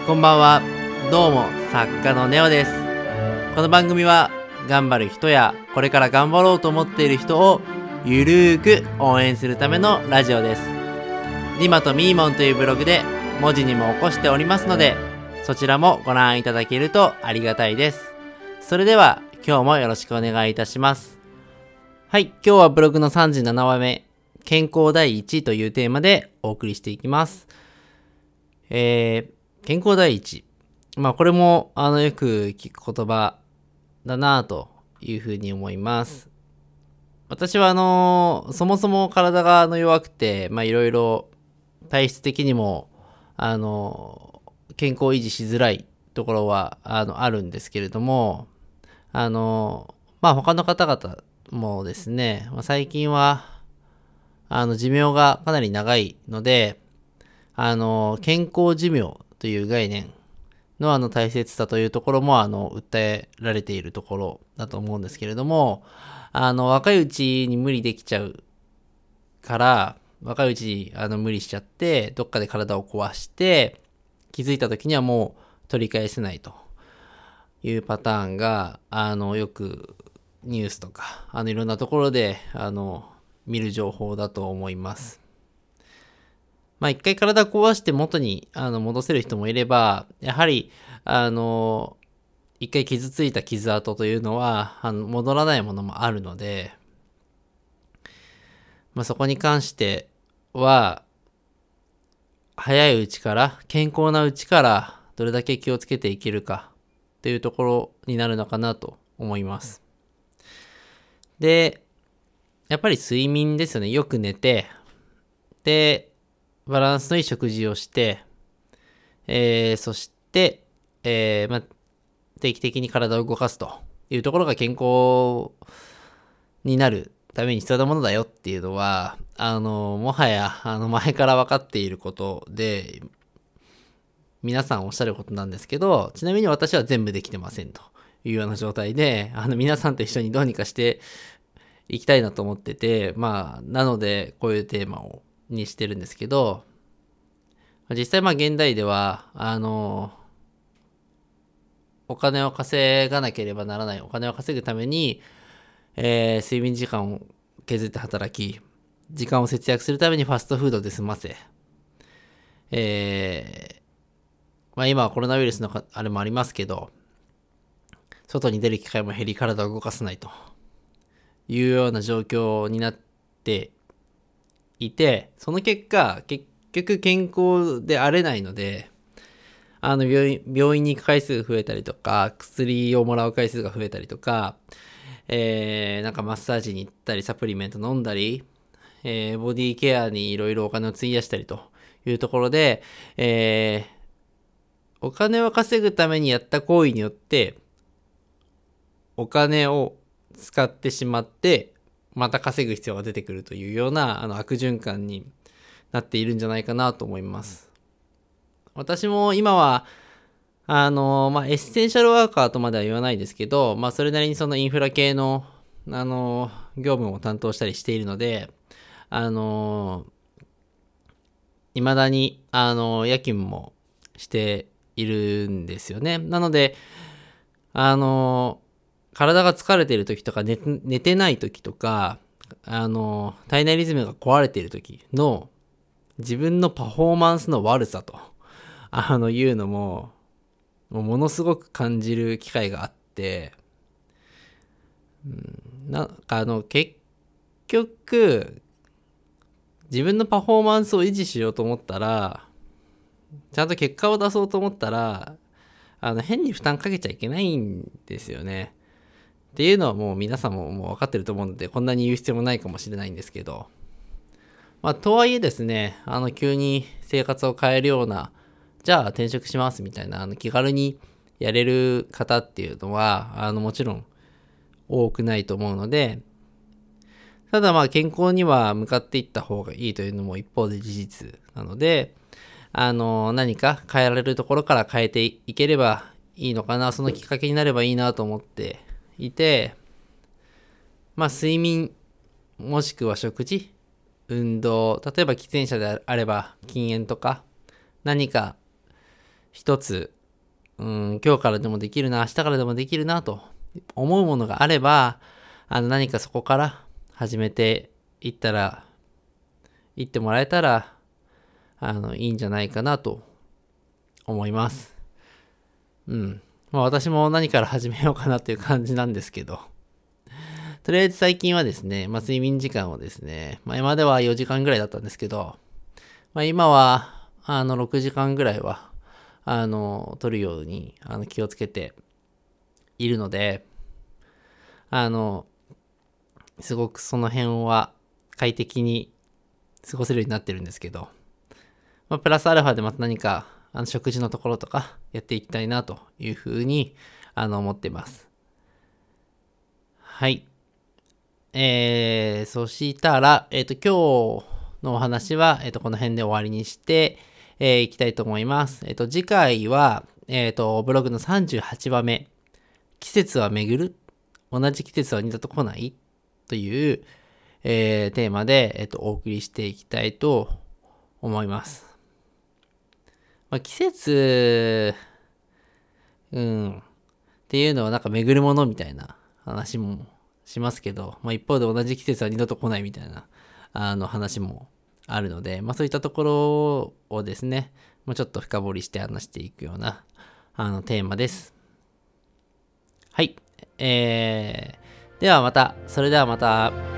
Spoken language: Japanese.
こんばんは。どうも、作家のネオです。この番組は頑張る人やこれから頑張ろうと思っている人をゆるーく応援するためのラジオです。リマとミーモンというブログで文字にも起こしておりますので、そちらもご覧いただけるとありがたいです。それでは今日もよろしくお願いいたします。はい、今日はブログの37話目、健康第一というテーマでお送りしていきます。健康第一。これもよく聞く言葉だなというふうに思います。私はそもそも体が弱くて、いろいろ体質的にも健康維持しづらいところはあるんですけれども、他の方々もですね、最近は寿命がかなり長いので、健康寿命という概念の大切さというところも訴えられているところだと思うんですけれども、若いうちに無理できちゃうから、若いうちに無理しちゃって、どっかで体を壊して、気づいた時にはもう取り返せないというパターンが、よくニュースとか、いろんなところで、見る情報だと思います。一回体壊して元に戻せる人もいれば、やはり一回傷ついた傷跡というのは戻らないものもあるので、そこに関しては早いうちから健康なうちからどれだけ気をつけていけるかというところになるのかなと思います。で、やっぱり睡眠ですよね。よく寝て、でバランスのいい食事をして、そして、定期的に体を動かすというところが健康になるために必要なものだよっていうのは、もはや、前から分かっていることで、皆さんおっしゃることなんですけど、ちなみに私は全部できてませんというような状態で、皆さんと一緒にどうにかしていきたいなと思ってて、なので、こういうテーマにしてるんですけど、実際現代ではお金を稼がなければならない、お金を稼ぐために、睡眠時間を削って働き、時間を節約するためにファストフードで済ませ、今はコロナウイルスのあれもありますけど、外に出る機会も減り、体を動かさないというような状況になっていて、その結果結局健康であれないので、病院に行く回数が増えたりとか、薬をもらう回数が増えたりとか、マッサージに行ったり、サプリメント飲んだり、ボディケアにいろいろお金を費やしたりというところで、お金を稼ぐためにやった行為によって、お金を使ってしまって、また稼ぐ必要が出てくるというような悪循環になっているんじゃないかなと思います。私も今はエッセンシャルワーカーとまでは言わないですけど、それなりにそのインフラ系の業務を担当したりしているので、未だに夜勤もしているんですよね。なので体が疲れている時とか寝てない時とか体内リズムが壊れている時の自分のパフォーマンスの悪さというのもものすごく感じる機会があって、結局自分のパフォーマンスを維持しようと思ったら、ちゃんと結果を出そうと思ったら変に負担かけちゃいけないんですよね。っていうのはもう皆さんも分かってると思うので、こんなに言う必要もないかもしれないんですけど、とはいえですね、急に生活を変えるような、じゃあ転職しますみたいな気軽にやれる方っていうのはもちろん多くないと思うので、ただ健康には向かっていった方がいいというのも一方で事実なので、何か変えられるところから変えていければいいのかな、そのきっかけになればいいなと思っていて、睡眠もしくは食事、運動、例えば喫煙者であれば禁煙とか、何か一つ、今日からでもできるな、明日からでもできるなと思うものがあれば、何かそこから始めていってもらえたら、いいんじゃないかなと思います。私も何から始めようかなという感じなんですけど、とりあえず最近はですね、睡眠時間をですね、今までは4時間ぐらいだったんですけど、今は、6時間ぐらいは、取るように、気をつけているので、すごくその辺は快適に過ごせるようになってるんですけど、プラスアルファでまた何か、食事のところとかやっていきたいなというふうに、思ってます。はい。そしたら、今日のお話は、この辺で終わりにして、いきたいと思います。次回は、ブログの38話目、季節は巡る？同じ季節は二度と来ない？という、テーマで、お送りしていきたいと思います。季節、っていうのはなんか巡るものみたいな話もしますけど、一方で同じ季節は二度と来ないみたいな、話もあるので、そういったところをですね、ちょっと深掘りして話していくような、テーマです。はい。それではまた。